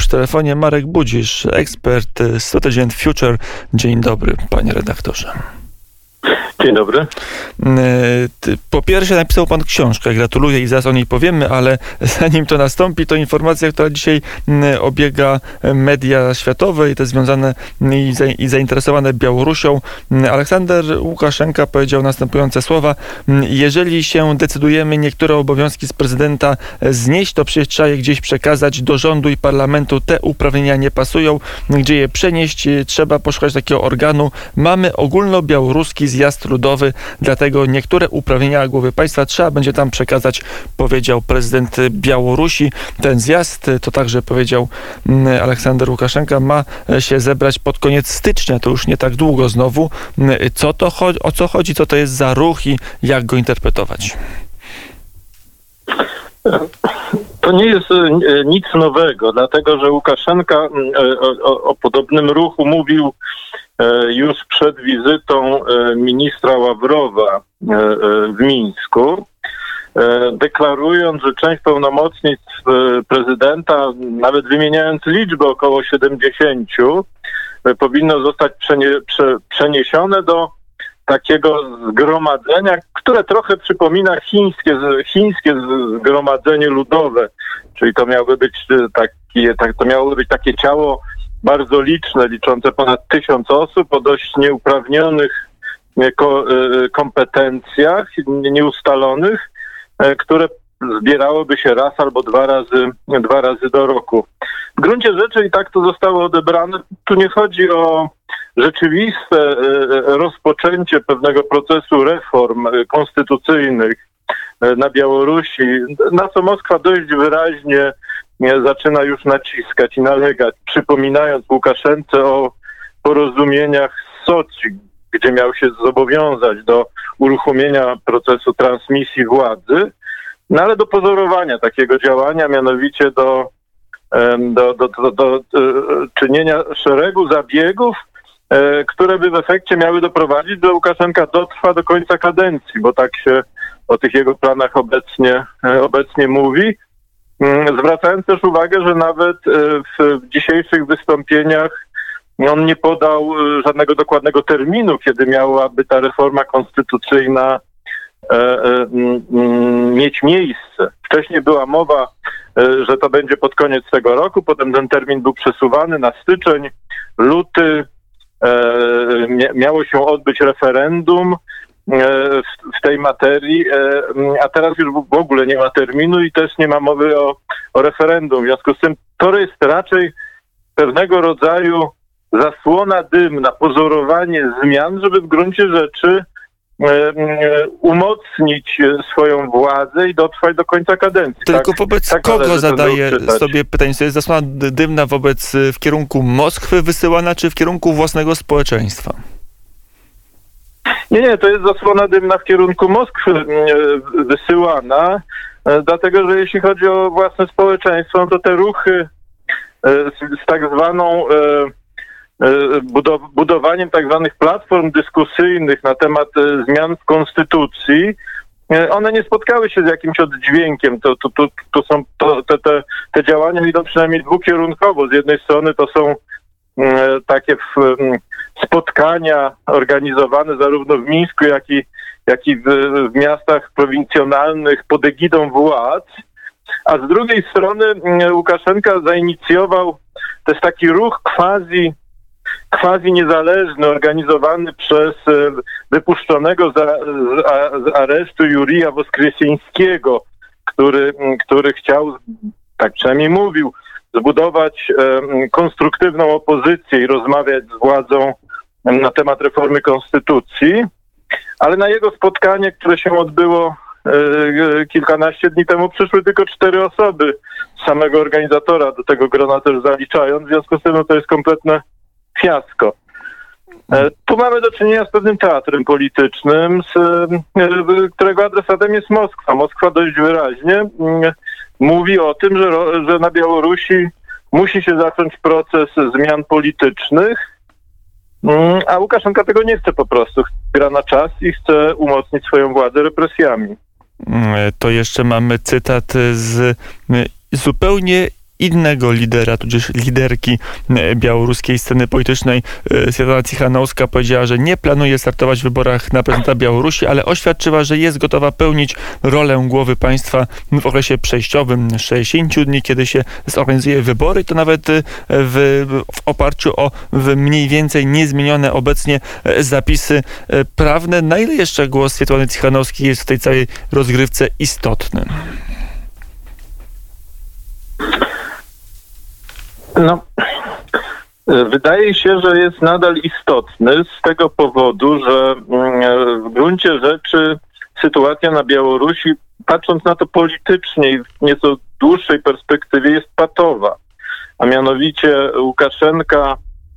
telefonie Marek Budzisz, ekspert Strategy and Future. Dzień dobry, panie redaktorze. Dzień dobry. Po pierwsze napisał pan książkę, gratuluję i zaraz o niej powiemy, ale zanim to nastąpi, to informacja, która dzisiaj obiega media światowe i te związane i zainteresowane Białorusią. Aleksander Łukaszenka powiedział następujące słowa: jeżeli się decydujemy niektóre obowiązki z prezydenta znieść, to przecież trzeba je gdzieś przekazać do rządu i parlamentu. Te uprawnienia nie pasują. Gdzie je przenieść? Trzeba poszukać takiego organu. Mamy ogólnobiałoruski zjazd ludowy, dlatego niektóre uprawnienia głowy państwa trzeba będzie tam przekazać, powiedział prezydent Białorusi. Ten zjazd, to także powiedział Aleksander Łukaszenka, ma się zebrać pod koniec stycznia, to już nie tak długo znowu. O co chodzi, co to jest za ruch i jak go interpretować? To nie jest nic nowego, dlatego że Łukaszenka o podobnym ruchu mówił już przed wizytą ministra Ławrowa w Mińsku, deklarując, że część pełnomocnictw prezydenta, nawet wymieniając liczbę około 70, powinno zostać przeniesione do takiego zgromadzenia, które trochę przypomina chińskie zgromadzenie ludowe, czyli to miałoby być takie ciało bardzo liczne, liczące ponad 1000 osób o dość nieuprawnionych kompetencjach, nieustalonych, które zbierałoby się raz albo dwa razy do roku. W gruncie rzeczy i tak to zostało odebrane. Tu nie chodzi o rzeczywiste rozpoczęcie pewnego procesu reform konstytucyjnych na Białorusi, na co Moskwa dość wyraźnie zaczyna już naciskać i nalegać, przypominając Łukaszence o porozumieniach z Soczi, gdzie miał się zobowiązać do uruchomienia procesu transmisji władzy, no ale do pozorowania takiego działania, mianowicie do czynienia szeregu zabiegów, które by w efekcie miały doprowadzić, że Łukaszenka dotrwa do końca kadencji, bo tak się o tych jego planach obecnie mówi. Zwracając też uwagę, że nawet w dzisiejszych wystąpieniach on nie podał żadnego dokładnego terminu, kiedy miałaby ta reforma konstytucyjna mieć miejsce. Wcześniej była mowa, że to będzie pod koniec tego roku, potem ten termin był przesuwany na styczeń, luty. Miało się odbyć referendum w tej materii, a teraz już w ogóle nie ma terminu i też nie ma mowy o referendum. W związku z tym to jest raczej pewnego rodzaju zasłona dymna, pozorowanie zmian, żeby w gruncie rzeczy umocnić swoją władzę i dotrwać do końca kadencji. Tylko wobec kogo zadaje sobie pytanie? To jest zasłona dymna w kierunku Moskwy wysyłana, czy w kierunku własnego społeczeństwa? Nie, to jest zasłona dymna w kierunku Moskwy wysyłana, dlatego że jeśli chodzi o własne społeczeństwo, to te ruchy z tak zwaną budowaniem tak zwanych platform dyskusyjnych na temat zmian w konstytucji, one nie spotkały się z jakimś oddźwiękiem. Te działania idą przynajmniej dwukierunkowo. Z jednej strony to są takie spotkania organizowane zarówno w Mińsku, jak i w miastach prowincjonalnych pod egidą władz, a z drugiej strony Łukaszenka zainicjował też taki ruch quasi niezależny, organizowany przez wypuszczonego z aresztu Jurija Woskresieńskiego, który chciał, tak przynajmniej mówił, zbudować konstruktywną opozycję i rozmawiać z władzą na temat reformy konstytucji, ale na jego spotkanie, które się odbyło kilkanaście dni temu, przyszły tylko 4 osoby, samego organizatora do tego grona też zaliczając, w związku z tym to jest kompletne fiasko. Tu mamy do czynienia z pewnym teatrem politycznym, którego adresatem jest Moskwa. Moskwa dość wyraźnie mówi o tym, że na Białorusi musi się zacząć proces zmian politycznych, a Łukaszenka tego nie chce po prostu. Gra na czas i chce umocnić swoją władzę represjami. To jeszcze mamy cytat z zupełnie innego lidera, tudzież liderki białoruskiej sceny politycznej. Swietlana Cichanouska powiedziała, że nie planuje startować w wyborach na prezydenta Białorusi, ale oświadczyła, że jest gotowa pełnić rolę głowy państwa w okresie przejściowym 60 dni, kiedy się zorganizuje wybory. To nawet w oparciu o mniej więcej niezmienione obecnie zapisy prawne. Na ile jeszcze głos Swietlany Cichanouskiej jest w tej całej rozgrywce istotny? No, wydaje się, że jest nadal istotny z tego powodu, że w gruncie rzeczy sytuacja na Białorusi, patrząc na to politycznie i w nieco dłuższej perspektywie, jest patowa. A mianowicie Łukaszenka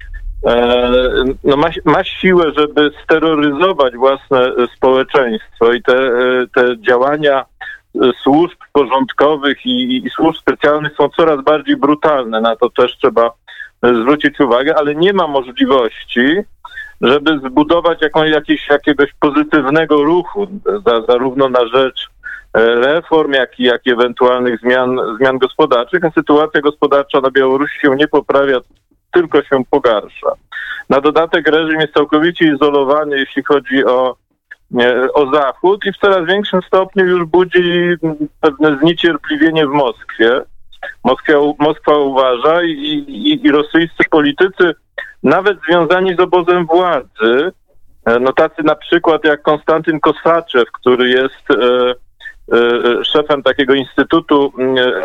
ma siłę, żeby steroryzować własne społeczeństwo i te działania służb porządkowych i służb specjalnych są coraz bardziej brutalne. Na to też trzeba zwrócić uwagę, ale nie ma możliwości, żeby zbudować jakiegoś pozytywnego ruchu, zarówno na rzecz reform, jak i ewentualnych zmian gospodarczych, a sytuacja gospodarcza na Białorusi się nie poprawia, tylko się pogarsza. Na dodatek reżim jest całkowicie izolowany, jeśli chodzi o Zachód i w coraz większym stopniu już budzi pewne zniecierpliwienie w Moskwie. Moskwa uważa i rosyjscy politycy, nawet związani z obozem władzy, no tacy na przykład jak Konstantyn Kosaczew, który jest szefem takiego Instytutu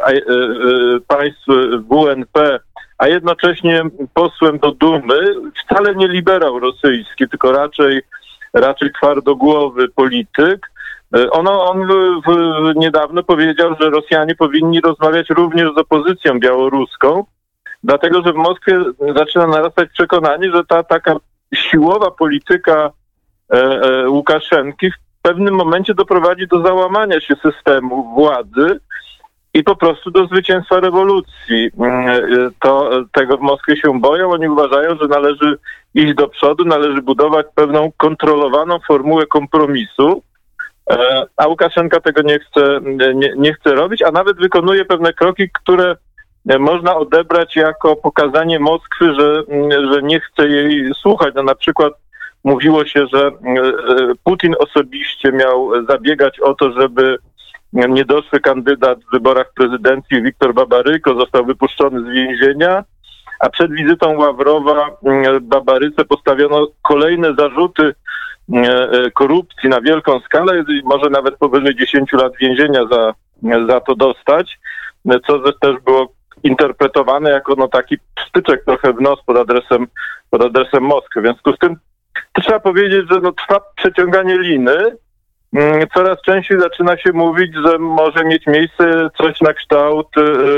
Państw WNP, a jednocześnie posłem do Dumy, wcale nie liberał rosyjski, tylko raczej twardogłowy polityk. On niedawno powiedział, że Rosjanie powinni rozmawiać również z opozycją białoruską, dlatego że w Moskwie zaczyna narastać przekonanie, że ta taka siłowa polityka Łukaszenki w pewnym momencie doprowadzi do załamania się systemu władzy i po prostu do zwycięstwa rewolucji. Tego w Moskwie się boją. Oni uważają, że należy iść do przodu, należy budować pewną kontrolowaną formułę kompromisu, a Łukaszenka tego nie chce robić, a nawet wykonuje pewne kroki, które można odebrać jako pokazanie Moskwy, że nie chce jej słuchać. No, na przykład mówiło się, że Putin osobiście miał zabiegać o to, żeby niedoszły kandydat w wyborach prezydenckich Wiktor Babaryko został wypuszczony z więzienia, a przed wizytą Ławrowa Babaryce postawiono kolejne zarzuty korupcji na wielką skalę, może nawet powyżej 10 lat więzienia za to dostać, co też było interpretowane jako taki pstyczek trochę w nos pod adresem Moskwy. W związku z tym to trzeba powiedzieć, że trwa przeciąganie liny. Coraz częściej zaczyna się mówić, że może mieć miejsce coś na kształt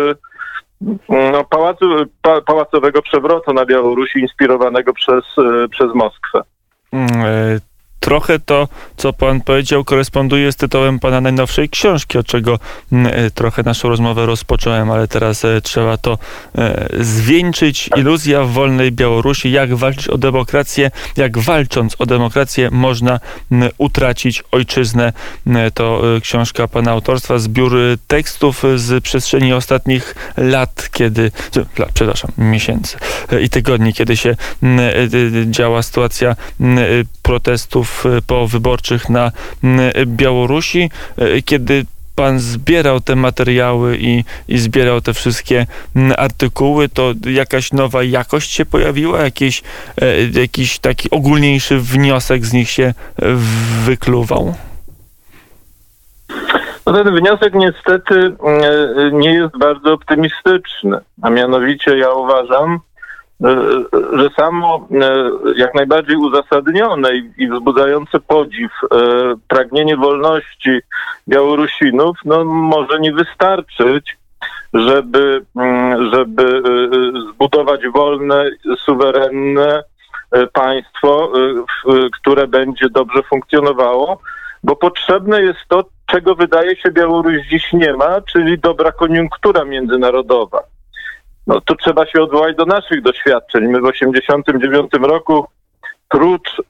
pałacowego przewrotu na Białorusi inspirowanego przez Moskwę. Trochę to, co pan powiedział, koresponduje z tytułem pana najnowszej książki, od czego trochę naszą rozmowę rozpocząłem, ale teraz trzeba to zwieńczyć. Iluzja wolnej Białorusi. Jak walczyć o demokrację, jak walcząc o demokrację można utracić ojczyznę. To książka pana autorstwa, zbiór tekstów z przestrzeni ostatnich miesięcy i tygodni, kiedy się działa sytuacja protestów powyborczych na Białorusi. Kiedy pan zbierał te materiały i zbierał te wszystkie artykuły, to jakaś nowa jakość się pojawiła? Jakiś taki ogólniejszy wniosek z nich się wykluwał? No ten wniosek niestety nie jest bardzo optymistyczny, a mianowicie ja uważam, że samo jak najbardziej uzasadnione i wzbudzające podziw pragnienie wolności Białorusinów może nie wystarczyć, żeby zbudować wolne, suwerenne państwo, które będzie dobrze funkcjonowało, bo potrzebne jest to, czego wydaje się Białoruś dziś nie ma, czyli dobra koniunktura międzynarodowa. No to trzeba się odwołać do naszych doświadczeń. My w 1989 roku prócz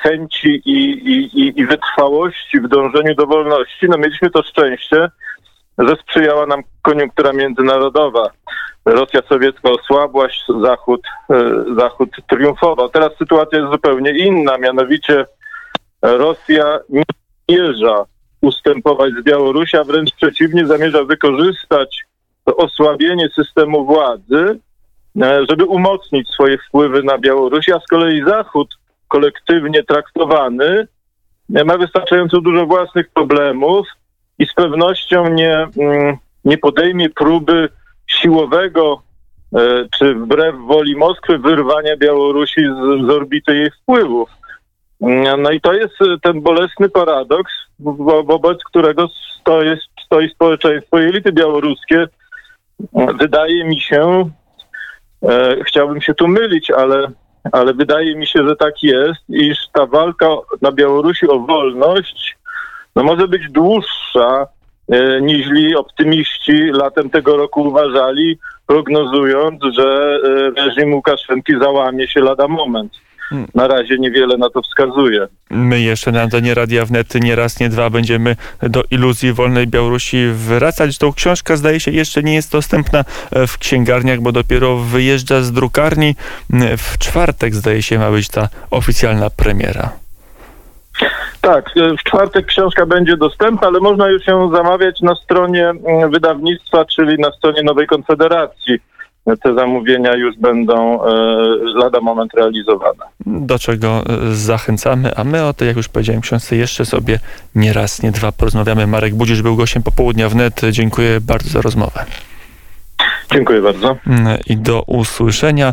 chęci i wytrwałości w dążeniu do wolności, mieliśmy to szczęście, zesprzyjała nam koniunktura międzynarodowa. Rosja sowiecka osłabła, Zachód triumfował. Teraz sytuacja jest zupełnie inna, mianowicie Rosja nie zamierza ustępować z Białorusi, a wręcz przeciwnie, zamierza wykorzystać to osłabienie systemu władzy, żeby umocnić swoje wpływy na Białorusi, a z kolei Zachód kolektywnie traktowany ma wystarczająco dużo własnych problemów i z pewnością nie podejmie próby siłowego czy wbrew woli Moskwy wyrwania Białorusi z orbity jej wpływów. No i to jest ten bolesny paradoks, wobec którego stoi społeczeństwo i elity białoruskie. Wydaje mi się, chciałbym się tu mylić, ale wydaje mi się, że tak jest, iż ta walka na Białorusi o wolność może być dłuższa, niźli optymiści latem tego roku uważali, prognozując, że reżim Łukaszenki załamie się lada moment. Na razie niewiele na to wskazuje. My jeszcze na antenie Radia Wnet nie raz, nie dwa będziemy do iluzji wolnej Białorusi wracać. Tą książka, zdaje się, jeszcze nie jest dostępna w księgarniach, bo dopiero wyjeżdża z drukarni. W czwartek, zdaje się, ma być ta oficjalna premiera. Tak, w czwartek książka będzie dostępna, ale można już ją zamawiać na stronie wydawnictwa, czyli na stronie Nowej Konfederacji. Te zamówienia już będą lada moment realizowane. Do czego zachęcamy, a my o tej, jak już powiedziałem, książce jeszcze sobie nie raz, nie dwa porozmawiamy. Marek Budzisz był gościem Popołudnia Wnet. Dziękuję bardzo za rozmowę. Dziękuję bardzo. I do usłyszenia.